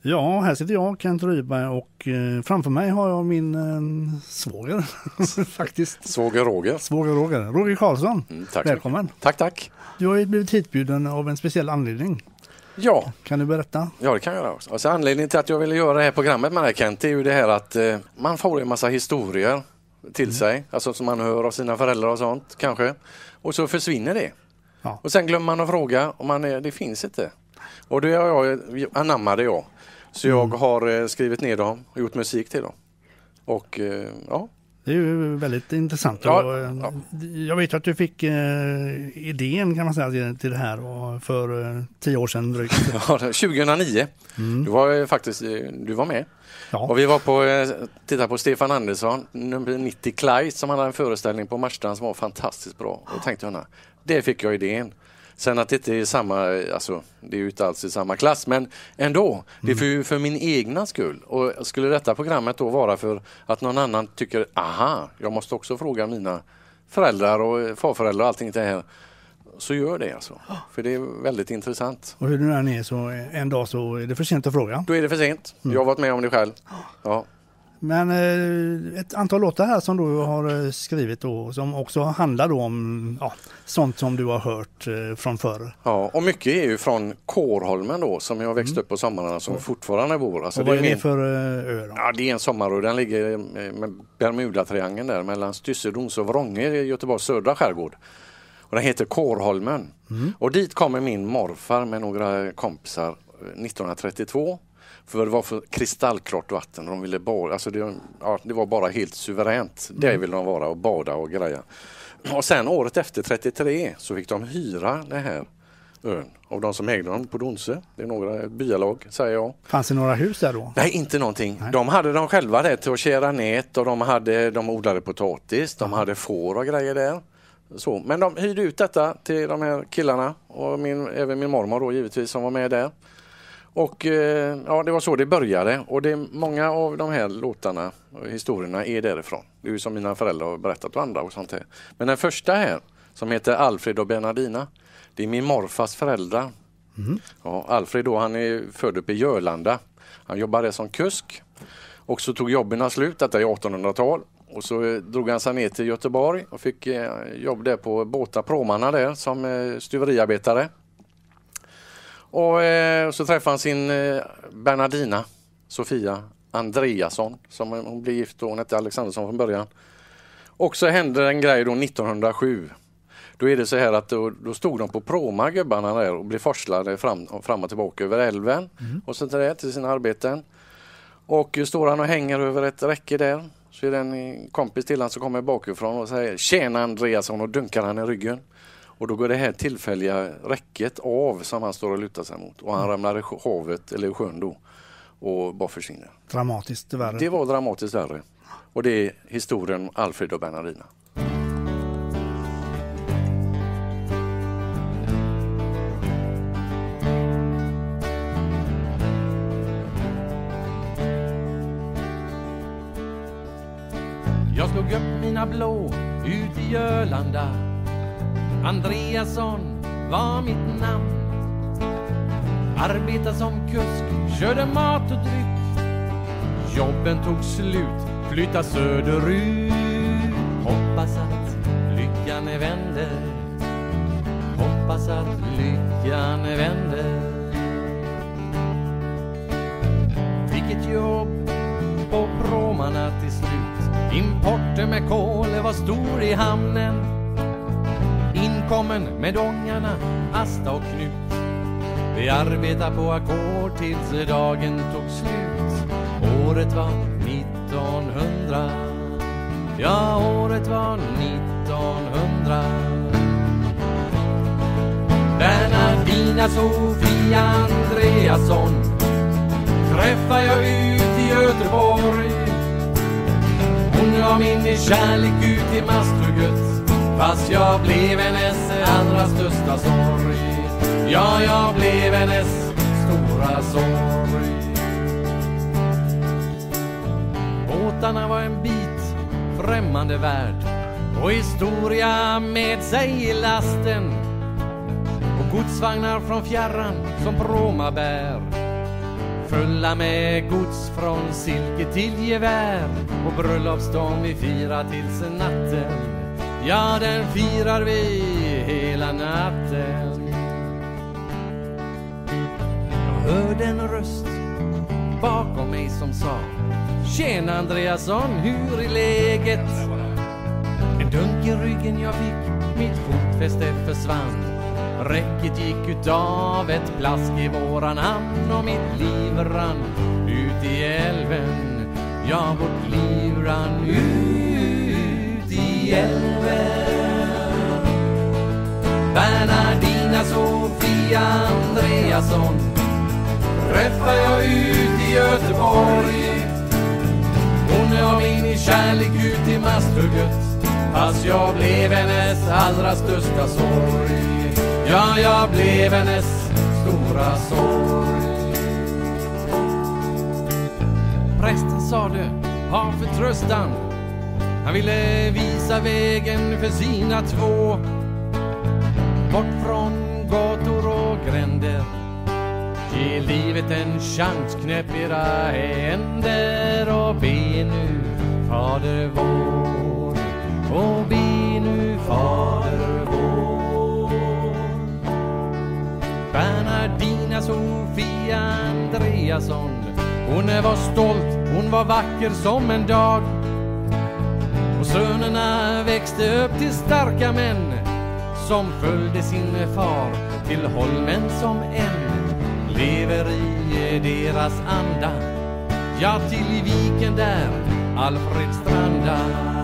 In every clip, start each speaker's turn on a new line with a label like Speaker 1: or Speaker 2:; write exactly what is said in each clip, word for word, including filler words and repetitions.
Speaker 1: Ja, här sitter jag, Kent Rydberg, och eh, framför mig har jag min eh, svåger faktiskt.
Speaker 2: Svåger Roger.
Speaker 1: Svåger Roger. Roger Karlsson.
Speaker 2: Mm, tack.
Speaker 1: Välkommen.
Speaker 2: Tack, tack.
Speaker 1: Du har ju blivit hitbjuden av en speciell anledning.
Speaker 2: Ja.
Speaker 1: Kan du berätta?
Speaker 2: Ja, det kan jag göra också. Alltså, anledningen till att jag ville göra det här programmet med dig, Kent, är ju det här att eh, man får en massa historier till mm. sig. Alltså som man hör av sina föräldrar och sånt, kanske. Och så försvinner det. Ja. Och sen glömmer man att fråga om man är, det finns inte. Och det har jag, anammade jag. Så jag mm. har skrivit ner dem och gjort musik till dem. Och eh, ja.
Speaker 1: Det är ju väldigt intressant.
Speaker 2: Ja,
Speaker 1: och,
Speaker 2: ja.
Speaker 1: Jag vet att du fick eh, idén, kan man säga, till det här och för eh, tio år sedan drygt.
Speaker 2: Ja, tjugohundraniio. Mm. Du var eh, faktiskt du var med.
Speaker 1: Ja.
Speaker 2: Och vi var på eh, titta på Stefan Andersson, nummer nittio Clyde, som hade en föreställning på Marstrand som var fantastiskt bra. Och tänkte jag, det fick jag idén. Sen att det inte är samma, alltså det är ju inte alls i samma klass, men ändå, mm. det är för, för min egna skull. Och skulle detta programmet då vara för att någon annan tycker, aha, jag måste också fråga mina föräldrar och farföräldrar och allting det här, så gör det alltså. För det är väldigt intressant.
Speaker 1: Och hur du är så en dag så är det för sent att fråga.
Speaker 2: Då är det för sent. Mm. Jag har varit med om det själv. Ja.
Speaker 1: Men eh, ett antal låtar här som du har skrivit då, som också handlar då om ja, sånt som du har hört eh, från förr.
Speaker 2: Ja, och mycket är ju från Kårholmen då, som jag växt mm. upp på sommarna, som fortfarande bor. Alltså,
Speaker 1: och vad
Speaker 2: det
Speaker 1: är det
Speaker 2: min...
Speaker 1: för ö då?
Speaker 2: Ja, det är en sommarö. Den ligger med Bermuda-triangeln där mellan Stysse, Dons och Vrånge i Göteborgs södra skärgård. Och den heter Kårholmen. Mm. Och dit kommer min morfar med några kompisar nittonhundratrettiotvå. För det var för kristallklart vatten. De ville bada. Alltså det, ja, det var bara helt suveränt. Mm. Där ville de vara och bada och greja. Och sen året efter trettiotre så fick de hyra det här ön. Av de som ägde dem på Donse. Det är några byalag, säger jag.
Speaker 1: Fanns det några hus där då?
Speaker 2: Nej, inte någonting.
Speaker 1: Nej.
Speaker 2: De hade de själva där till att kära nät. Och de, hade, de odlade potatis. De mm. hade får och grejer där. Så. Men de hyrde ut detta till de här killarna. Och min, även min mormor då givetvis som var med där. Och ja, det var så det började. Och det är många av de här låtarna och historierna är därifrån. Det är ju som mina föräldrar har berättat och andra och sånt här. Men den första här, som heter Alfred och Bernardina, det är min morfars föräldrar. Mm. Ja, Alfred då, han är född uppe i Jörlanda. Han jobbade som kusk. Och så tog jobben slut, detta är artonhundratal. Och så drog han sig ner till Göteborg och fick jobb där på båta pråmarna där som stuveriarbetare. Och eh, så träffade han sin eh, Bernardina, Sofia Andreasson, som hon blev gift då, hon hette Alexandersson från början. Och så hände en grej då nittonhundrasju. Då är det så här att då, då stod de på pråmar, gubbarna där, och blev forslade fram, fram och tillbaka över älven. Mm. Och så till det, till sina arbeten. Och står han och hänger över ett räcke där, så är det en kompis till han som kommer bakifrån och säger tjena Andreasson, och dunkar han i ryggen. Och då går det här tillfälliga räcket av som han står och lutar sig mot. Och han mm. ramlar i havet eller i sjön då. Och bara försvinner.
Speaker 1: Dramatiskt värre.
Speaker 2: Det var dramatiskt värre. Och det är historien om Alfred och Bernardina.
Speaker 3: Jag slog upp mina blå ut i Jörlanda. Andreasson var mitt namn. Arbetade som kusk, körde mat och dryck. Jobben tog slut, flytta söderut. Hoppas att lyckan vänder. Hoppas att lyckan vänder. Fick ett jobb på pråmarna till slut. Importen med kol var stor i hamnen. Inkommen med ångarna, Asta och Knut. Vi arbetar på ackord tills dagen tog slut. Året var nittonhundra. Ja, året var nittonhundra. Bernardina Sofia Andreasson träffar jag ut i Göteborg. Hon gav min kärlek ut i masthugget. Fast jag blev hennes allra största sorg. Ja, jag blev hennes stora sorg. Båtarna var en bit främmande värld och historia med sig i lasten. Och godsvagnar från fjärran som pråmar bär. fulla med gods från silke till gevär. Och bröllopsdagen vi firar tills natten, ja den firar vi hela natten. Jag hörde en röst bakom mig som sa: tjena Andreasson, hur är läget? En dunk i ryggen jag fick, mitt fotfäste försvann. Räcket gick utav ett plask i våran hamn och mitt liv rann ut i älven. Ja, vårt liv rann ut i älven. Bernardina Sofia Andreasson träffar jag ut i Göteborg. Hon är min kärlek ut i Masthugget, fast jag blev hennes allra största sorg. Ja, jag blev hennes stora sorg. Prästen sa du, ha förtröstan. Han ville visa vägen för sina två, bort från gator och gränder. Ge livet en chans, knäpp era händer och be nu Fader vår, och be nu Fader vår. Bernardina Sofia Andreasson, hon var stolt, hon var vacker som en dag. Och sönerna växte upp till starka män som följde sin far till holmen som en lever i deras anda. Ja, till viken där Alfred stranda.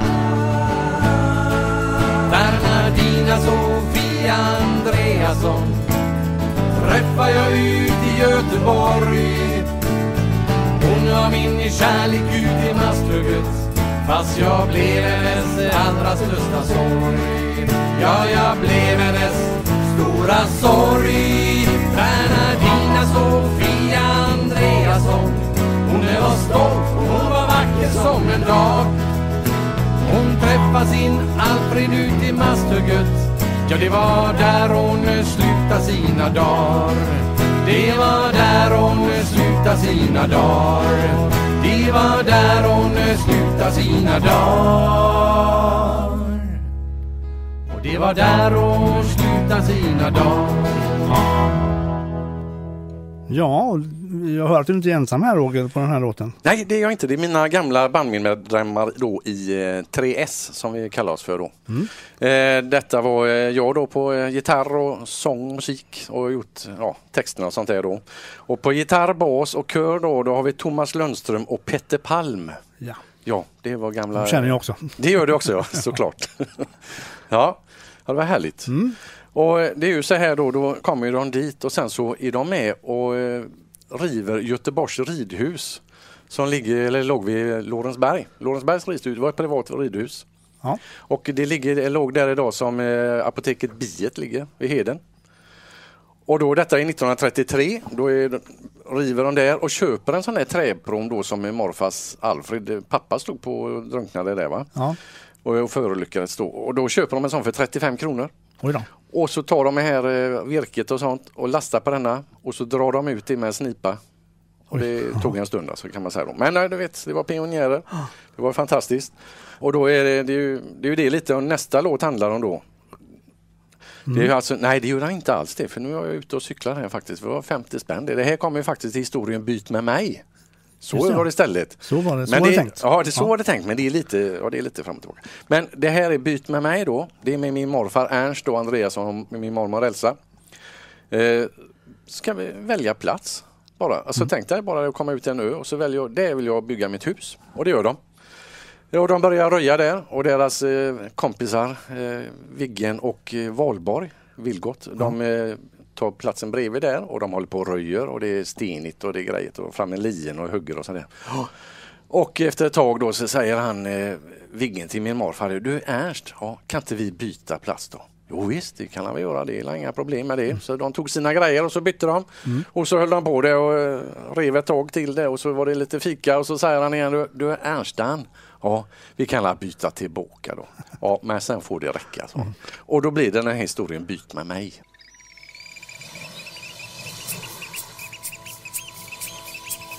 Speaker 3: Bernardina Sofia Andreasson träffar jag ut i Göteborg. Hon var min kärlek ut i Masthugget, fast jag blev hennes allra största sorg. Ja, jag blev hennes stora sorg. Bernardina Sofia Andreasson, hon var stolt, hon var vacker som en dag. Hon träffade sin Alfred ut i Masthugget, ja det var där hon slutade sina dagar. Det var där hon slutade sina dagar. Det var där hon slutade sina dagar. Och det var där hon slutade sina dagar.
Speaker 1: Ja, jag hör att du inte är ensam här, Roger, på den här låten.
Speaker 2: Nej, det är jag inte. Det är mina gamla bandmedlemmar då i eh, tre S som vi kallar oss för då. Mm. Eh, detta var eh, jag då på eh, gitarr och sång, musik och gjort ja, texterna och sånt där då. Och på gitarr, bas och kör då, då har vi Thomas Lundström och Petter Palm.
Speaker 1: Ja.
Speaker 2: Ja, det var gamla...
Speaker 1: De känner jag också.
Speaker 2: Det gör du också, ja, såklart. ja, det var härligt. Mm. Och det är ju så här då, då kommer ju de dit och sen så är de med och eh, river Göteborgs ridhus som ligger, eller låg vid Lorensberg. Lorensbergs ridhus var ett privat ridhus. Ja. Och det ligger, låg där idag som eh, apoteket Biet ligger vid Heden. Och då detta är nittonhundratrettiotre, då är, river de där och köper en sån där träprom då som morfars Alfred, pappa stod på och drunknade där va? Ja. Och, och förolyckades då. Och då köper de en sån för trettiofem kronor. Oj då. Och så tar de här eh, virket och sånt och lastar på denna och så drar de ut det med en snipa. Och det Oj, tog en stund så kan man säga då. Men nej, du vet, det var pionjärer. Det var fantastiskt. Och då är det, det, är ju, det är ju det lite och nästa låt handlar om då. Mm. Det är ju alltså, nej, det gjorde jag inte alls det. För nu är jag ute och cyklar här faktiskt. Det var femtio spänn. Det här kommer ju faktiskt till historien Byt med mig. Så var det istället.
Speaker 1: Så var det, så
Speaker 2: men
Speaker 1: var det
Speaker 2: det,
Speaker 1: tänkt.
Speaker 2: Ja, det så
Speaker 1: ja.
Speaker 2: var det tänkt. Men det är lite, ja, det är lite fram och tillbaka. Men det här är Byt med mig då. Det är med min morfar Ernst och Andreasson och min mormor Elsa. Eh, ska vi välja plats bara. Alltså mm. tänk dig bara att komma ut till en ö och så väljer jag, där vill jag bygga mitt hus. Och det gör de. Och de börjar röja där och deras eh, kompisar eh, Viggen och eh, Valborg Vilgot, mm. de eh, tar platsen bredvid där och de håller på och röjer och det är stenigt och det är grejer och fram med lien och hugger och sådär. Oh. Och efter ett tag då så säger han eh, Viggen till min morfar, du Ernst, ja, kan inte vi byta plats då? Jo visst, det kan vi göra, det är inga problem med det. Mm. Så de tog sina grejer och så bytte de. Mm. Och så höll de på det och uh, rev ett tag till det och så var det lite fika och så säger han igen, du, du är Ernstan. Ja, vi kan la byta tillbaka då. Ja, men sen får det räcka. Så. Mm. Och då blir den här historien Byt med mig.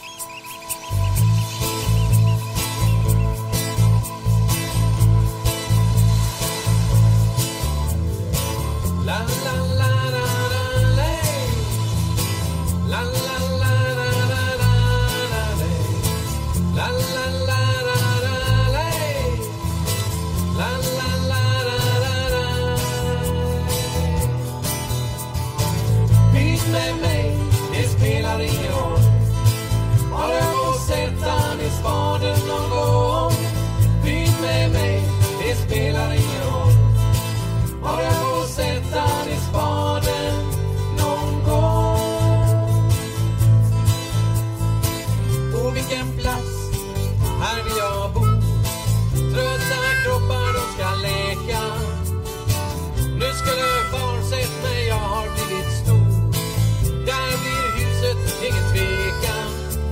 Speaker 3: vilken plats, här vill jag bo. Trötta kroppar de ska läka. Nu skulle far sett mig, jag har blivit stor. Där blir huset, ingen tvekan.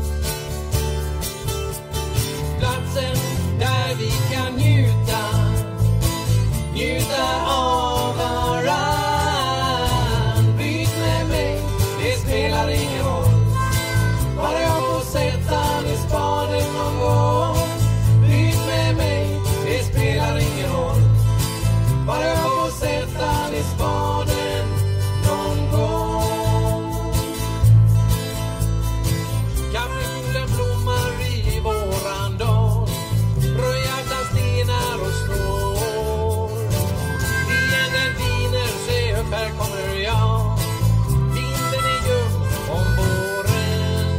Speaker 3: Platsen där vi kan njuta, njuta av varann. Byt med mig, det spelar ingen roll. Bara jag får sätta ner spaden någon gång. Byt med mig, det spelar ingen roll. Bara jag får sätta ner spaden någon gång. Kaffekolen blommar i våran dag. Röjhjärtan stenar och slår. Vinden viner, se upp, här kommer jag. Vintern är ljum om våren.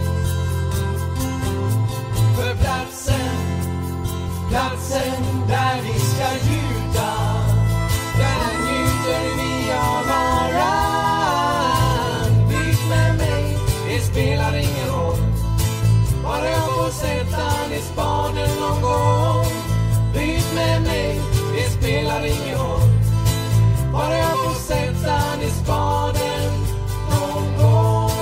Speaker 3: För platsen, platsen där vi ska njuta, där njuter vi av varann. Byt med mig, det spelar ingen roll. Bara jag får sätta ner spaden någon gång. Byt med mig, det spelar ingen roll. Bara jag får sätta ner spaden någon gång.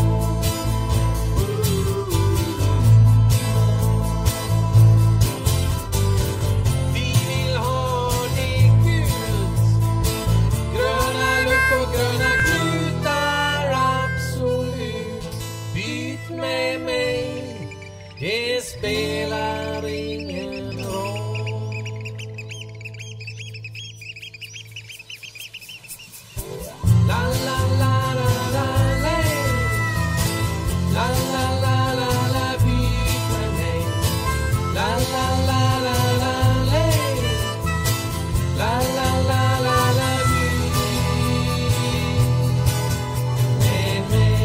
Speaker 3: Vi vill ha det gult, gröna luft och gröna knutar, absolut. Byt med mig, det spelar ingen roll. La la la la la la. La la la la la, byt med mig. La la la la la la. La la la la la, byt med mig.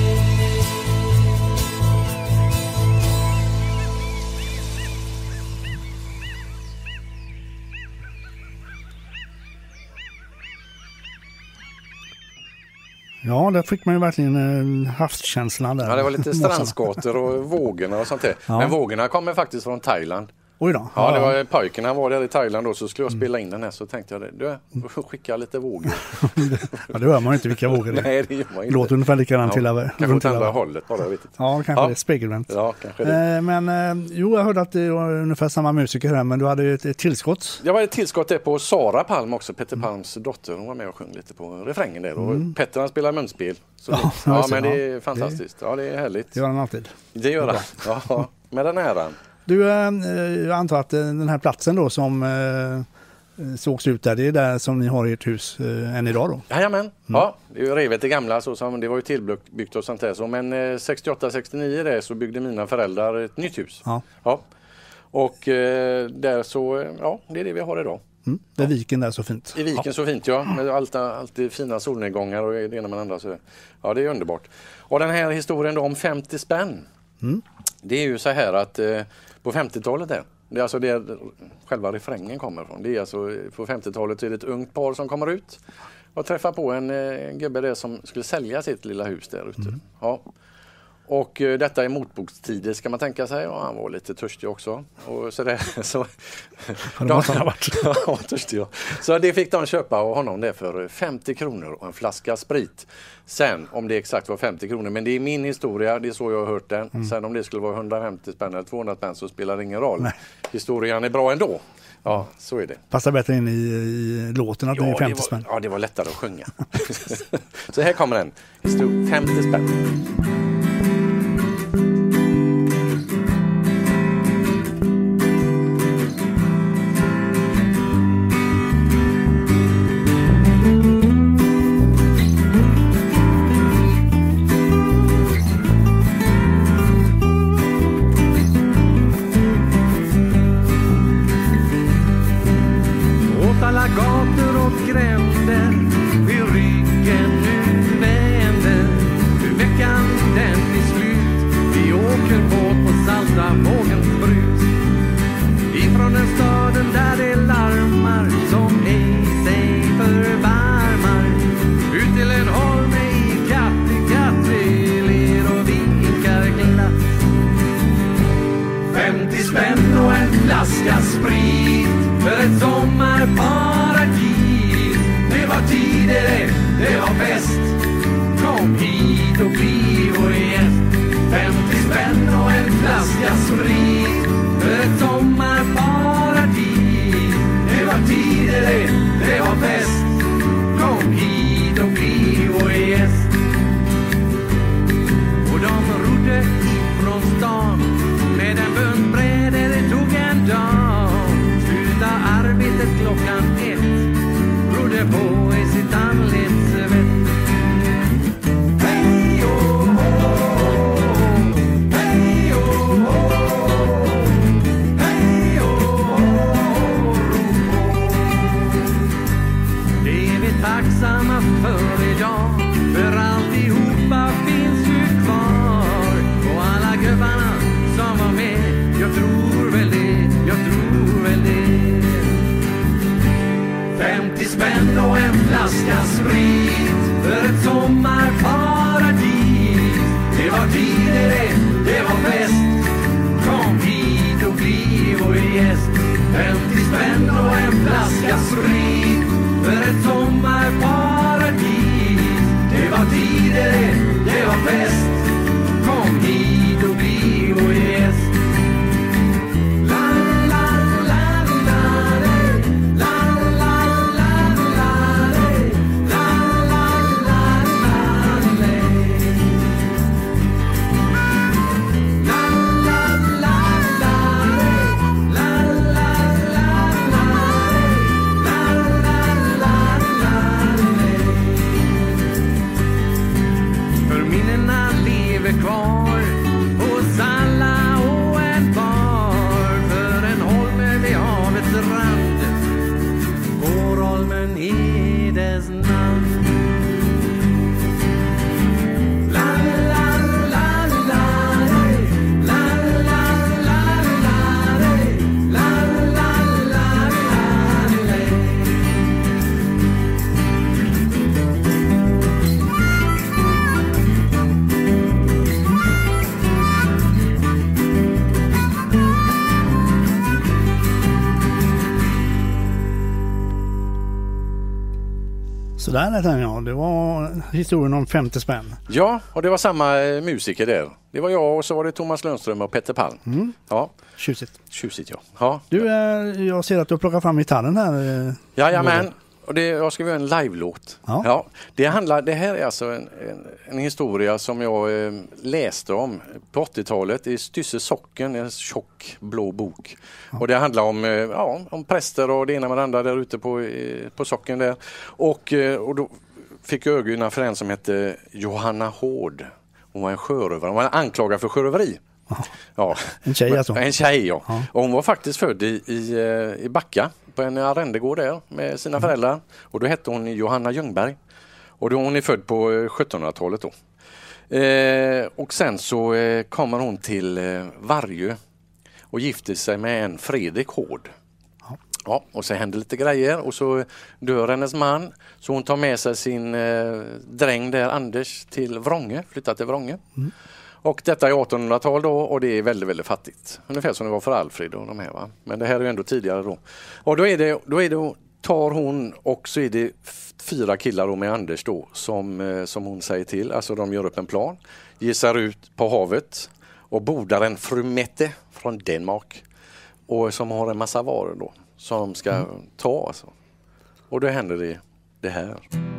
Speaker 1: Ja, där fick man ju verkligen en havskänsla där.
Speaker 2: Ja, det var lite strandskåter och vågorna och sånt där.
Speaker 1: Ja.
Speaker 2: Men vågorna kommer faktiskt från Thailand.
Speaker 1: Oj då.
Speaker 2: Ja, det var pojken, han var där i Thailand då, så skulle jag spela in den här, så tänkte jag det. Du, skicka lite vågor.
Speaker 1: Ja, det hör man ju inte vilka vågor det är.
Speaker 2: Nej, det gör man inte.
Speaker 1: Låter ungefär likadant till över.
Speaker 2: Kanske åt andra hållet bara, jag vet inte.
Speaker 1: Ja, kanske
Speaker 2: Ja.
Speaker 1: det är spegelvänt.
Speaker 2: Ja, kanske det.
Speaker 1: Eh, men eh, jo, jag hörde att det var ungefär samma musiker här, men du hade ju ett, ett tillskott.
Speaker 2: Jag var ett tillskott där på Sara Palm också, Peter Palms dotter. Hon var med och sjöng lite på refrängen där. Och
Speaker 1: Mm.
Speaker 2: Petter han spelar munspel. Så
Speaker 1: Ja,
Speaker 2: ja,
Speaker 1: just det,
Speaker 2: men det är
Speaker 1: ja.
Speaker 2: fantastiskt. Ja, det är härligt.
Speaker 1: Det gör han alltid.
Speaker 2: Det gör han. Ja, med den äran.
Speaker 1: Du, eh, jag antar att eh, den här platsen då som eh, sågs ut där, det är där som ni har i ert hus eh, än idag då?
Speaker 2: Jajamän.
Speaker 1: Mm.
Speaker 2: Ja, det är ju revet det gamla, så som det var ju tillbyggt och sånt där. Så, men eh, sextioåtta sextionio där så byggde mina föräldrar ett nytt hus.
Speaker 1: Ja.
Speaker 2: Ja. Och eh, där så, ja, det är det vi har idag.
Speaker 1: Mm. Det är viken där så fint.
Speaker 2: I viken
Speaker 1: Ja.
Speaker 2: så fint, ja. Med allt, alltid fina solnedgångar och det ena med det andra. Så, ja, det är underbart. Och den här historien då om femtio spänn.
Speaker 1: Mm.
Speaker 2: Det är ju så här att eh, på femtiotalet där, det är alltså det själva refrängen kommer från. Det är alltså på femtiotalet är det ett ungt par som kommer ut och träffar på en, en gubbe där som skulle sälja sitt lilla hus där ute.
Speaker 1: Mm.
Speaker 2: Ja. Och eh, detta är motbokstider ska man tänka sig, och han var lite törstig också. Och så där, så,
Speaker 1: Ja, det måste han ha varit.
Speaker 2: ja, törstig, ja. Så det fick de köpa av honom där för femtio kronor och en flaska sprit. Sen, om det exakt var femtio kronor, men det är min historia, det är så jag har hört den. Mm. Sen om det skulle vara hundrafemtio spänn eller tvåhundra spänn så spelar det ingen roll.
Speaker 1: Nej.
Speaker 2: Historien är bra ändå. Ja, så är det.
Speaker 1: Passar bättre in i, i låten att det är femtio
Speaker 2: det var,
Speaker 1: spänn.
Speaker 2: ja, det var lättare att sjunga. Så här kommer den. Histor- femtio spänn.
Speaker 3: Åt alla gator och gränder, hur ryggen nu vänder, hur veckan flaska sprit för ett sommarparadis. Det var tidigare, det var bäst. Kom hit och bli vår gäst. femtio spänn och en flaska sprit för ett sommarparadis. Det var tidigare, det var bäst. Kom hit och bli vår gäst. Och de rodde ifrån stan med en buntbräde, det tog en dag. Sluta arbetet klockan ett, rodde på i sitt anletsvett. Hej och hå, hej och hå, hej och hå, det är vi tacksamma för idag, för alltihopa finns ju kvar. Och alla gubbarna som var med, jag tror väl det, jag tror väl det. femtio spänn och en flaska sprit för ett sommarparadis. Det var tidigare, det var bäst. Kom hit och bli vår gäst. femtio spänn och en flaska sprit för ett sommarparadis. Det var tidigare, det var bäst. Kom hit och bli vår gäst. La la la la la la la la la la la la la la. La la la la la la la la la. För minnena lever kvar hos alla och en bar. För en holme vid havets rand går holmen i dess namn. La la la la la la la la la la la la.
Speaker 1: Så där lät den, ja. Det var historien om femtio spänn.
Speaker 2: Ja, och det var samma eh, musiker där. Det var jag och så var det Thomas Lundström och Petter Palm.
Speaker 1: Mm.
Speaker 2: Ja,
Speaker 1: Tjusigt.
Speaker 2: tjusigt ja. Ja.
Speaker 1: Du, eh, jag ser att du har plockat fram gitarren här. Eh,
Speaker 2: Jajamän. Och det, jag ska göra en live-låt.
Speaker 1: Ja.
Speaker 2: Ja, det, handlar, det här är alltså en, en, en historia som jag eh, läste om på åttiotalet i Stysse socken, en tjock blå bok. Ja. Och det handlar om, eh, ja, om präster och det ena med det andra där ute på, eh, på socken där. Och, eh, och då fick jag ögonen för en som hette Johanna Hård. Hon var en sjörövare, hon var anklagad för sjöröveri.
Speaker 1: Ja.
Speaker 2: Ja.
Speaker 1: En tjej alltså?
Speaker 2: En tjej, ja.
Speaker 1: Ja.
Speaker 2: Och hon var faktiskt född i, i, i Backa på en arrendegård där med sina föräldrar. Och då hette hon Johanna Ljungberg. Och då hon är född på sjuttonhundratalet då. Eh, och sen så eh, kommer hon till eh, Vargö och gifter sig med en Fredrik Hård.
Speaker 1: Ja.
Speaker 2: Ja, och så händer lite grejer och så dör hennes man. Så hon tar med sig sin eh, dräng där, Anders, till Vrånge, flyttar till Vrånge. Mm. Och detta är artonhundratal då och det är väldigt, väldigt fattigt. Ungefär som det var för Alfred och de här, va. Men det här är ju ändå tidigare då. Och då är det, då är det tar hon och så är det fyra killar då med Anders då som, som hon säger till. Alltså de gör upp en plan, ger sig ut på havet och bordar en fru Mette från Danmark. Och som har en massa varor då som de ska mm. ta alltså. Och då händer det det här.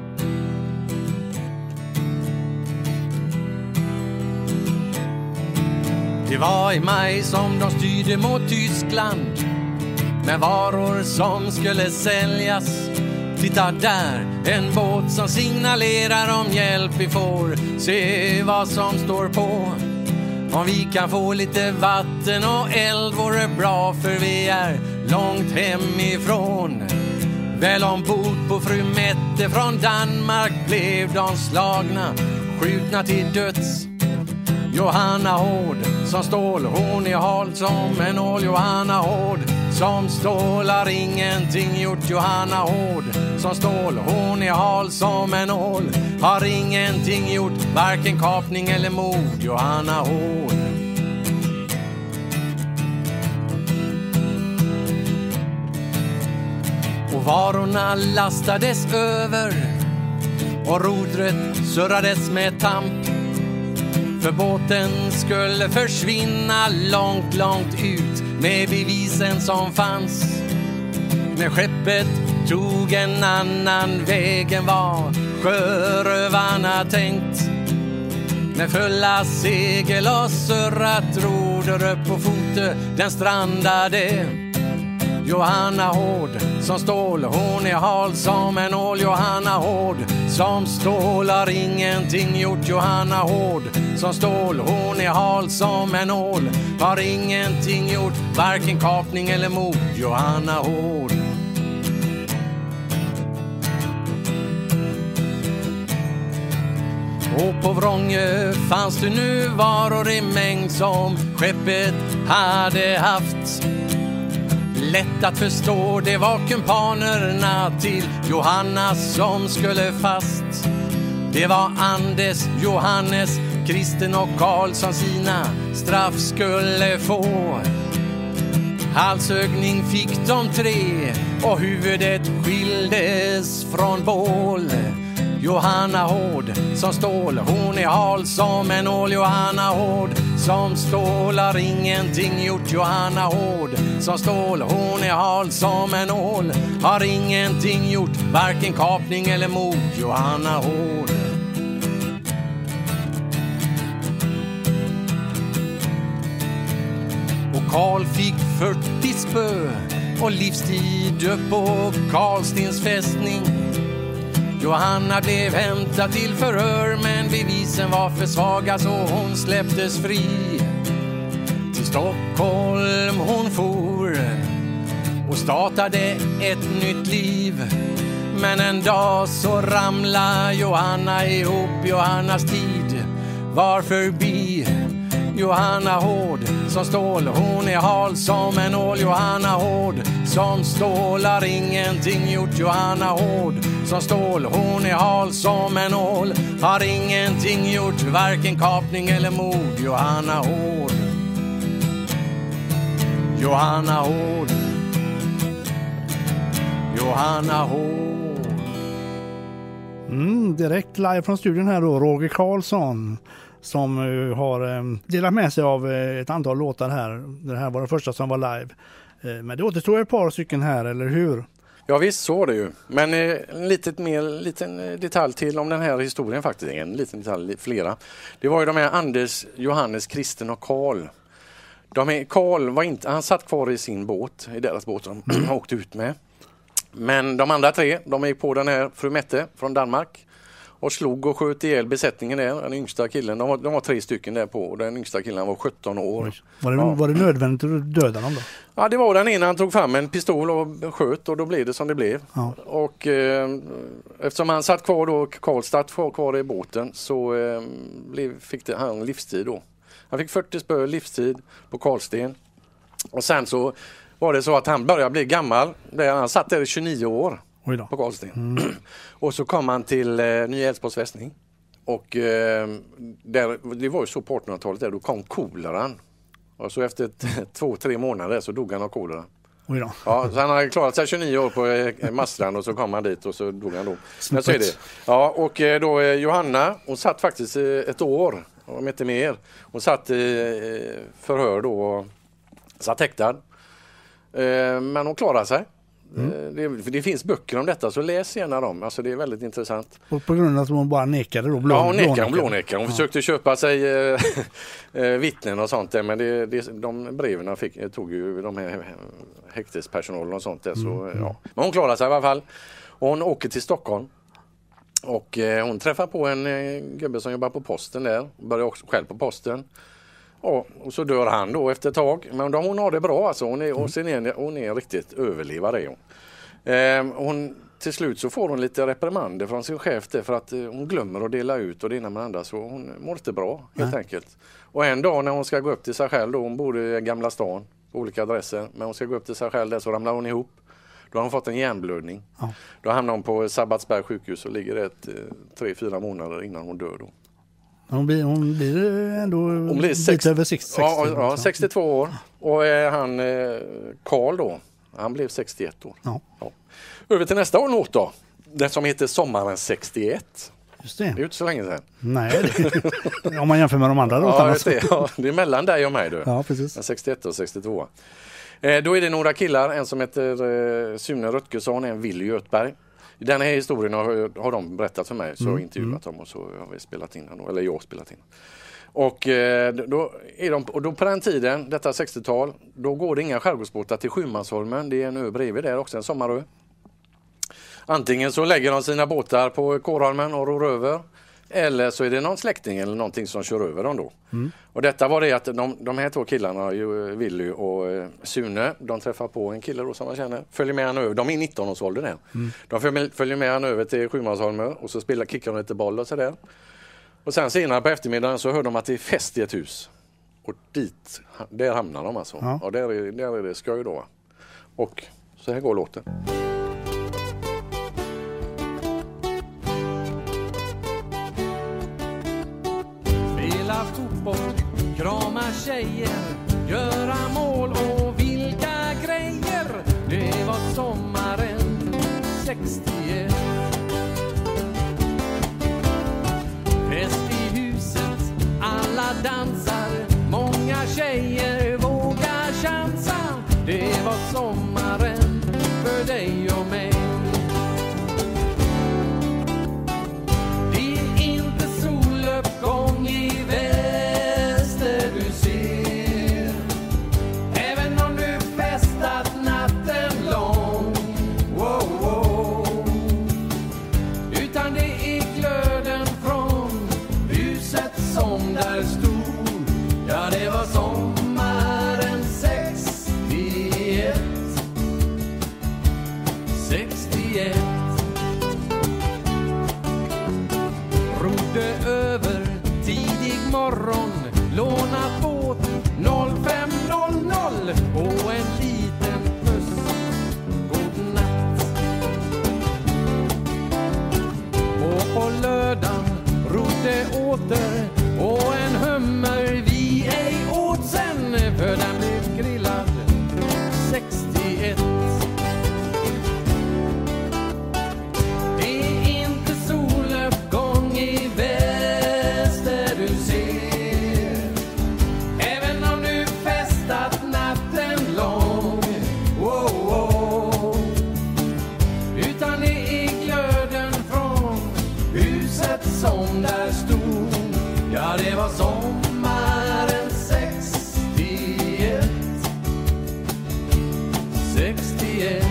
Speaker 3: Det var i maj som de styrde mot Tyskland med varor som skulle säljas. Titta där, en båt som signalerar om hjälp vi får. Se vad som står på. Om vi kan få lite vatten och eld vore bra, för vi är långt hemifrån. Väl ombord på fru Mette från Danmark blev de slagna, skjutna till döds. Johanna Hård som stål, hon är halt som en ål. Johanna Hård som stål har ingenting gjort. Johanna Hård som stål, hon är hal som en ål. Har ingenting gjort, varken kapning eller mord. Johanna Hård. Varorna lastades över och rodret surrades med tamp. För båten skulle försvinna långt, långt ut med bevisen som fanns. När skeppet tog en annan väg än vad sjörövarna tänkt. När fulla segel och surrat roder upp på fote, den strandade. Johanna hård som stål, hon är hal som en ål. Johanna hård som stål, har ingenting gjort. Johanna hård som stål, hon är hal som en ål. Har ingenting gjort, varken kapning eller mord. Johanna hård. Och på Vrångö fanns det nu varor i mängd som skeppet hade haft. Lätt att förstå, det var kumpanerna till Johanna som skulle fast. Det var Anders, Johannes, Kristen och Karl som sina straff skulle få. Halshögning fick de tre och huvudet skildes från bål. Johanna hård som stål, hon är hal som en ål. Johanna hård som stål, har ingenting gjort. Johanna hård som stål, hon är hal som en ål. Har ingenting gjort, varken kapning eller mord. Johanna hård. Och Karl fick fyrtio spö och livstid upp på Karlstens fästning. Johanna blev hämtad till förhör, men bevisen var för svaga så hon släpptes fri. Till Stockholm hon for och startade ett nytt liv. Men en dag så ramlade Johanna ihop. Johannas tid var förbi. Johanna hård som stål, hon är hal som en ål. Johanna hård som stål, har ingenting gjort. Johanna hård som stål, hon är hal som en ål. Har ingenting gjort, varken kapning eller mord. Johanna hård. Johanna hård. Johanna hård.
Speaker 1: Mm, direkt live från studion här då, Roger Karlsson, som uh, har um, delat med sig av uh, ett antal låtar här. Det här var den första som var live. Uh, men det återstår ett par stycken här, eller hur?
Speaker 2: Ja visst, så är det ju. Men eh, en litet mer, liten detalj till om den här historien faktiskt. En liten detalj, flera. Det var ju de här Anders, Johannes, Kristen och Karl. De är, Karl var inte, han satt kvar i sin båt, i deras båt som de mm. åkte ut med. Men de andra tre, de är på den här Fru Mette från Danmark. Och slog och sköt ihjäl besättningen där, den yngsta killen. De var, de var tre stycken där på och den yngsta killen var sjutton år.
Speaker 1: Var det, ja. var det nödvändigt att döda dem då?
Speaker 2: Ja, det var den ena. Han tog fram en pistol och sköt och då blev det som det blev. Ja. Och eh, eftersom han satt kvar då, Karlstad var kvar i båten, så eh, blev, fick det, han livstid då. Han fick fyrtio spö livstid på Karlsten. Och sen så var det så att han började bli gammal. Han satt där i tjugonio år. På Karlsten. Mm. Och så kom han till eh, Nya Älvsborgs fästning. Och eh, där, det var ju så på artonhundratalet där, då kom koleran. Och så efter t- två, tre månader så dog han av kolera.
Speaker 1: Oj då.
Speaker 2: Ja, så han hade klarat sig tjugonio år på eh, Mastran och så kom han dit och så dog han då. Men så är det. Ja, och eh, då eh, Johanna, hon satt faktiskt eh, ett år, om inte mer. Hon satt i eh, förhör då och satt häktad. Eh, men hon klarade sig. Mm. Det, det finns böcker om detta, så läs gärna dem. Alltså det är väldigt intressant.
Speaker 1: Och på grund av att hon bara nekade då? Blå,
Speaker 2: ja, hon nekade.
Speaker 1: blånekade.
Speaker 2: Hon, blånekade. hon ja. försökte köpa sig äh, vittnen och sånt där, men det, det, de breven fick, tog ju de här häktespersonalen och sånt där. Mm. Så, ja. Men hon klarade sig i alla fall. Och hon åker till Stockholm. Och eh, hon träffar på en eh, gubbe som jobbar på posten där. Börjar också själv på posten. Ja, och så dör han då efter ett tag. Men hon har det bra alltså. Hon är, och sen är, hon är riktigt överlevare. Hon. Eh, hon, till slut så får hon lite reprimander från sin chef där för att eh, hon glömmer att dela ut och det ena med andra. Så hon mår inte bra helt Nej. enkelt. Och en dag när hon ska gå upp till sig själv då, hon bor i Gamla stan på olika adresser. Men hon ska gå upp till sig själv där så ramlar hon ihop. Då har hon fått en hjärnblödning. Ja. Då hamnar hon på Sabbatsberg sjukhus och ligger ett eh, tre, fyra månader innan hon dör då.
Speaker 1: Hon blir, hon blir ändå
Speaker 2: hon blir sex,
Speaker 1: över sextio.
Speaker 2: Ja, ja, sextiotvå år. Och eh, han, Karl eh, då, han blev sextioett år. Ja. Ja. Över till nästa låt då. Den som heter Sommaren sextioett.
Speaker 1: Just det.
Speaker 2: Det är ju inte så länge sedan.
Speaker 1: Nej, det, om man jämför med de andra låtarna.
Speaker 2: Ja, det, ja, det är mellan dig och mig du.
Speaker 1: Ja, precis.
Speaker 2: sextioett och sextiotvå. Eh, då är det några killar, en som heter eh, Sune Rutgersson, en Willy Göthberg. Den här historien har, har de berättat för mig, så jag har intervjuat dem och så har vi spelat in den, eller jag har spelat in. Och, eh, då är de, och då på den tiden, detta sextiotal, då går det inga skärgårdsbåtar till Sjumansholmen, det är en ö bredvid där också, en sommarö. Antingen så lägger de sina båtar på Kårholmen och ror över, eller så är det någon släkting eller någonting som kör över dem då. Mm. Och detta var det att de, de här två killarna, Willy och eh, Sune, de träffar på en kille då som man känner, följer med han över, de är nitton-årsåldern där. Mm. De följer, följer med han över till Sjumansholmen och så spelar, kickar de lite boll och sådär. Och sen senare på eftermiddagen så hör de att det är fest i ett hus. Och dit, där hamnar de alltså. Ja. Och där är, där är det skoj då. Och så här går låten.
Speaker 3: Spela fotboll, krama tjejer, göra mål och vilka grejer. Det var sommaren sextioett. Fest i huset, alla dansar, många tjejer vågar chansa. Det var sommaren för dig och mig. Det är inte soluppgång i väster du ser, även om du festat natten lång. Wow, wow. Utan det är glöden från huset som där stod. Ja, det var sommaren sextioett. sextioett. Rodde över tidig morgon, lånat båt noll fem noll noll och en liten puss, god natt. Och på lördagen rodde åter och en hummer vi ej åt sen, för den blev grillad sextioett. Det är inte soluppgång i väster du ser, även om du festat natten lång. Wow, wow. Utan det är glöden från huset som där stod. Ja, det var sommaren sextioett. sextioett.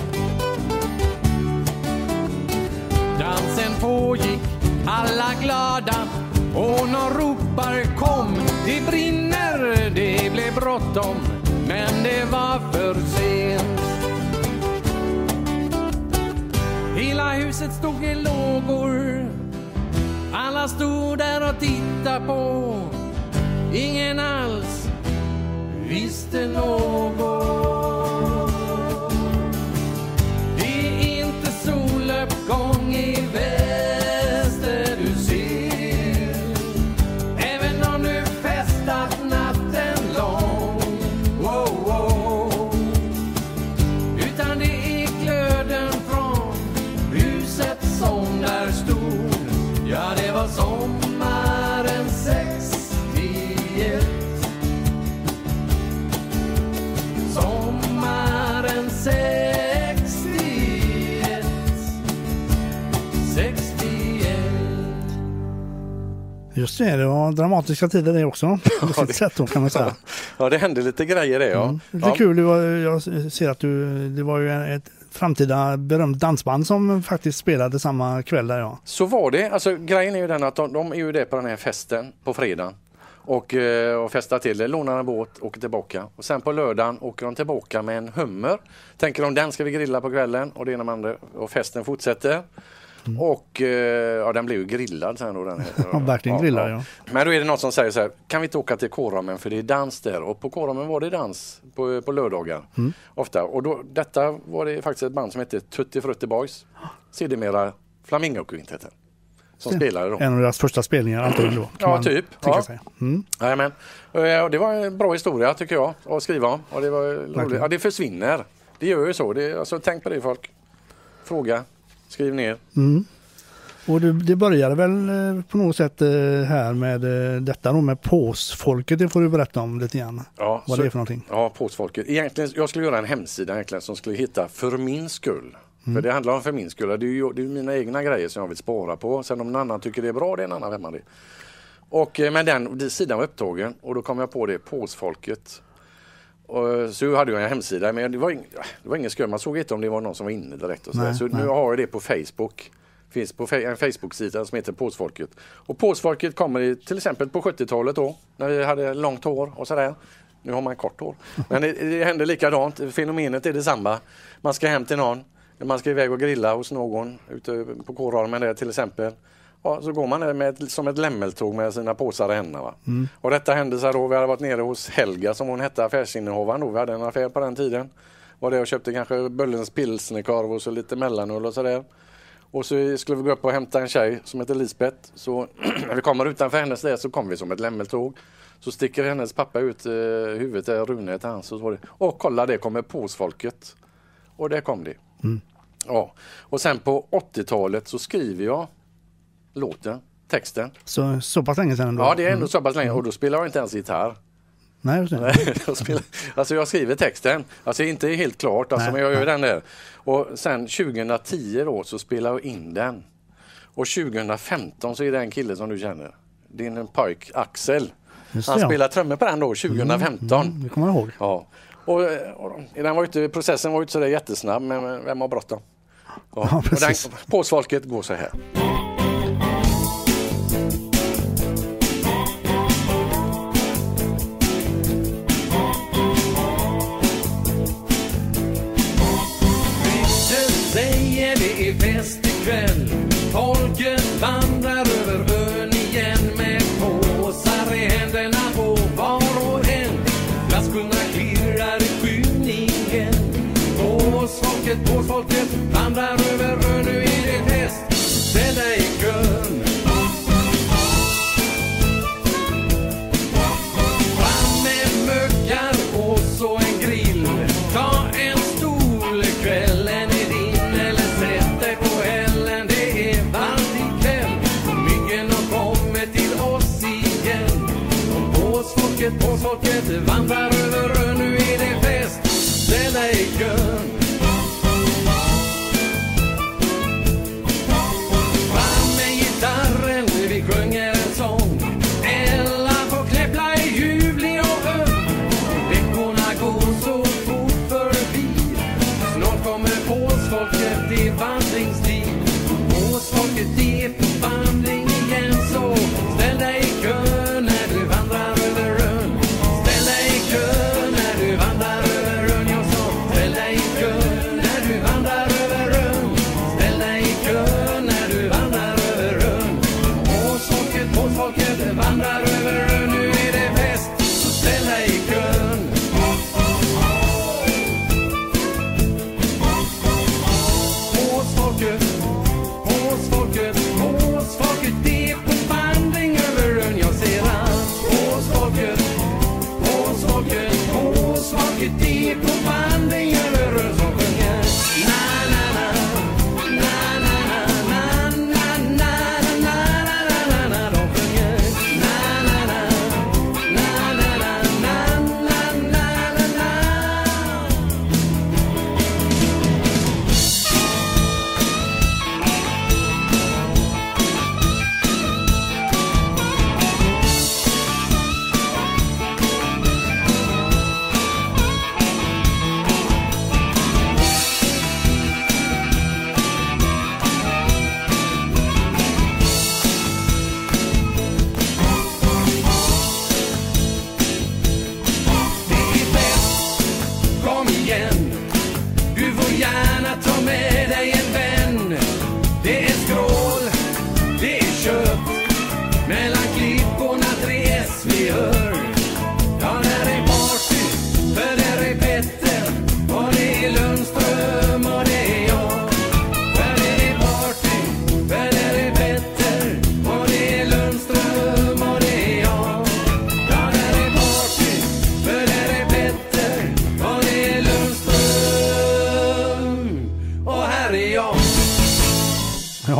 Speaker 3: Dansen pågick, alla glada, och någon ropar kom, det brinner. Det blev bråttom, men det var för sent. Hela huset stod i lågor, alla stod där och tittade på. Ingen alls visste något. Det är inte soluppgång i väster du ser, även om du festat natten lång. Wow, wow. Utan det är glöden från huset som där stod. Ja, det var sommaren sextioett. Sommaren sextioett. sextioett.
Speaker 1: Just det, det var dramatiska tider det också. På sitt sätt då, kan man säga.
Speaker 2: Ja, det hände lite grejer det, ja.
Speaker 1: Mm. Lite
Speaker 2: ja.
Speaker 1: kul, det var, jag ser att du, det var ju ett framtida berömt dansband som faktiskt spelade samma kväll där, ja.
Speaker 2: Så var det. Alltså grejen är ju den att de, de är ju det på den här festen på fredagen. Och, och festar till det, lånar en båt, åker tillbaka. Och sen på lördagen åker de tillbaka med en hummer. Tänker de, den ska vi grilla på kvällen. Och det ena med andra. Och festen fortsätter. Mm. Och ja, den blev ju grillad sen då. Den här.
Speaker 1: Ja, verkligen
Speaker 2: ja,
Speaker 1: grillad,
Speaker 2: ja.
Speaker 1: ja.
Speaker 2: Men då är det något som säger så här, kan vi inte åka till Kårholmen för det är dans där. Och på Kårholmen var det dans på, på lördagar. Mm. Ofta. Och då, detta var det faktiskt ett band som hette Tutti Frutti Boys. Sedermera Flamingo-kvintetten. Som spelade då.
Speaker 1: En av deras första spelningar antagligen då.
Speaker 2: Ja, typ. Ja.
Speaker 1: Mm.
Speaker 2: Jajamän. Och det var en bra historia tycker jag att skriva om. Och det var roligt. Ja, det försvinner. Det gör ju så. Det, alltså, tänk på det folk. fråga, skriv ner.
Speaker 1: Mm. Och det, det började väl eh, på något sätt eh, här med eh, detta då med påsfolket, det får du berätta om lite grann.
Speaker 2: Ja,
Speaker 1: vad
Speaker 2: så,
Speaker 1: det är för någonting.
Speaker 2: Ja, påsfolket. Egentligen, jag skulle göra en hemsida egentligen som skulle hitta för min skull. Mm. För det handlar om för min skull. Det är ju det är mina egna grejer som jag vill spara på. Sen om någon annan tycker det är bra, det är en annan femma det. Och, men den sidan var upptagen och då kom jag på det, påsfolket. Och så hade jag en hemsida, men det var, ing, det var ingen skull. Man såg inte om det var någon som var inne direkt. Och så nej, så nej. Nu har jag det på Facebook. Finns på en Facebook-sida som heter Påsfolket. Och Påsfolket kommer i, till exempel på sjuttiotalet då, när vi hade långt hår och sådär. Nu har man kort hår. Men det, det händer likadant. Fenomenet är detsamma. Man ska hem till någon. Man ska iväg och grilla hos någon ute på Kårholmen där till exempel. Ja, så går man där med, som ett lämmeltåg med sina påsar i händerna. Va? Mm. Och detta hände så här då. Vi hade varit nere hos Helga som hon hette, affärsinnehavaren då. Vi hade en affär på den tiden. Var det och köpte kanske Böllens pilsnerkorv och så lite mellanöl och sådär. Och så skulle vi gå upp och hämta en tjej som heter Lisbeth. Så när vi kommer utanför hennes där så kommer vi som ett lämmeltåg. Så sticker hennes pappa ut eh, huvudet där, Rune till hans. Och, så det. Och kolla, det kommer Påsfolket. Och där kom det. Mm. Ja. Och sen på åttiotalet så skriver jag låten, texten.
Speaker 1: Så, så pass länge sedan ändå?
Speaker 2: Ja, det är ändå mm. så pass länge. Och då spelar jag inte ens gitarr.
Speaker 1: Nej, just det.
Speaker 2: Nej, jag spelar, alltså jag skriver texten. Alltså inte helt klart, alltså, nej, men jag gör nej. den där. Och sen tjugohundratio då så spelar jag in den. Och tjugohundrafemton så är det en kille som du känner. Din pojk Axel.
Speaker 1: Just
Speaker 2: Han
Speaker 1: det,
Speaker 2: spelar
Speaker 1: ja.
Speaker 2: trummor på den då, tjugohundrafemton. Mm, mm,
Speaker 1: det kommer jag ihåg.
Speaker 2: Ja. Och, och den var inte, processen var ju inte så där jättesnabb, men vem har bråttom? Ja, ja, och den, Påsfolket går så här.
Speaker 3: Fest ikväll. Folket vandrar över ön igen med påsar i händerna på var och en. Flaskorna klirrar i skymningen. Påsfolket, påsfolket vandrar över ön. Nu är det fest. Ställ dig i kön. Fram med möckar och så en grill. Ta en stol, kvällen är din. Påsfolket vandrar över ön, nu är det fest. Ställ dig i kön. Fram med gitarren, vi sjunger en sång. Alla får knäppla i jubling och ön. Veckorna går så fort förbi. Snart kommer påsfolket i vandringstid. Påsfolket är på vandring igen, så ställ dig i kön när du vandrar över ön. Ställ dig i kön när du vandrar över ön. Jag sa, ställ dig i kön när du vandrar över ön. Ställ dig i kön när du vandrar över ön. Påsfolket, påsfolket vandrar över ön. Nu är det fest, så ställ dig i kön. Påsfolket, påsfolket, påsfolket, det är på vandring över ön. Jag ser han. Påsfolket, påsfolket, påsfolket, det är på vandring över ön som sjunger. Na na na, na na na, na na na, na na na na, de sjunger. Na na na, na na na, na na na na.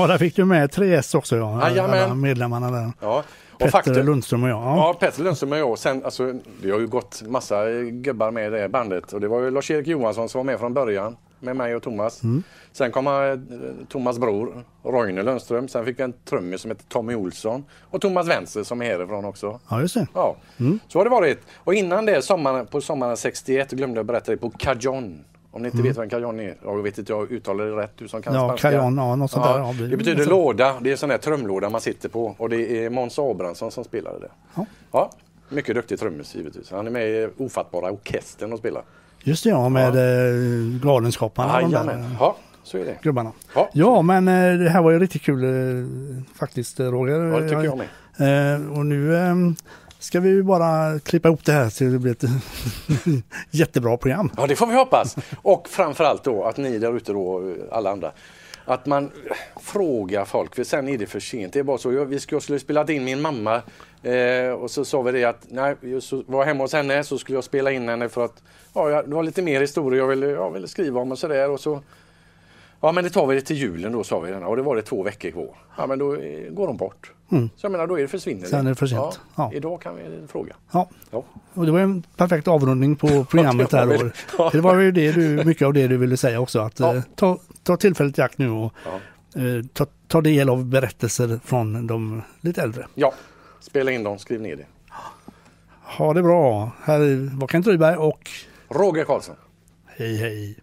Speaker 1: Ja, där fick du med tre S också, ja.
Speaker 2: Jajamän.
Speaker 1: Alla medlemmarna där.
Speaker 2: Ja. Och
Speaker 1: Petter
Speaker 2: faktum,
Speaker 1: Lundström och jag. Ja,
Speaker 2: ja Petter Lundström och jag. Sen, alltså, det har ju gått massa gubbar med i det bandet. Och det var ju Lars-Erik Johansson som var med från början. Med mig och Thomas. Mm. Sen kom eh, Thomas bror, Roine Lundström. Sen fick vi en trummis som heter Tommy Olsson. Och Thomas Wenzel som är härifrån också.
Speaker 1: Ja, just det.
Speaker 2: Ja, mm. Så har det varit. Och innan det, sommaren, på sommaren sextioett, glömde jag berätta det på Cajon. Om ni inte mm. vet vad en cajon är. Jag vet inte, jag uttalar det rätt. Du som kan
Speaker 1: ja,
Speaker 2: spanska.
Speaker 1: Cajon, ja, något sånt
Speaker 2: ja,
Speaker 1: där. Ja, det,
Speaker 2: det betyder låda. Det är en sån här trumlåda man sitter på. Och det är Måns Abrahamsson som spelade det. Ja. Ja, mycket duktig trummis givetvis. Han är med i ofattbara orkestern och spelar.
Speaker 1: Just det, ja, med ja. Galenskaparna.
Speaker 2: Jajamän, ja, så är det.
Speaker 1: Gubbarna. Ja, ja, men det här var ju riktigt kul faktiskt, Roger.
Speaker 2: Ja, det tycker jag med.
Speaker 1: Och nu ska vi ju bara klippa ihop det här så det blir ett jättebra program.
Speaker 2: Ja, det får vi hoppas. Och framförallt då att ni där ute då, alla andra, att man frågar folk, för sen är det för sent. Det är bara så, vi skulle spela in min mamma eh, och så sa vi det att nej, jag var hemma hos henne så skulle jag spela in henne för att ja, det var lite mer historia jag ville, jag ville skriva om och sådär och så ja, men det tar vi det till julen då, sa vi den. Och det var det två veckor kvar. Ja, men då går de bort. Mm. Så jag menar, då är det försvinner.
Speaker 1: Sen är det för sent.
Speaker 2: Ja,
Speaker 1: ja.
Speaker 2: Idag kan vi fråga.
Speaker 1: Ja. ja. Och det var en perfekt avrundning på programmet här. Det, ja. det var ju det du, mycket av det du ville säga också. Att ja. eh, ta, ta tillfället i akt nu och ja. eh, ta, ta del av berättelser från de lite äldre.
Speaker 2: Ja, spela in dem, skriv ner det.
Speaker 1: Ha det bra. Här var Kent Ryberg och
Speaker 2: Roger Karlsson.
Speaker 1: Hej hej.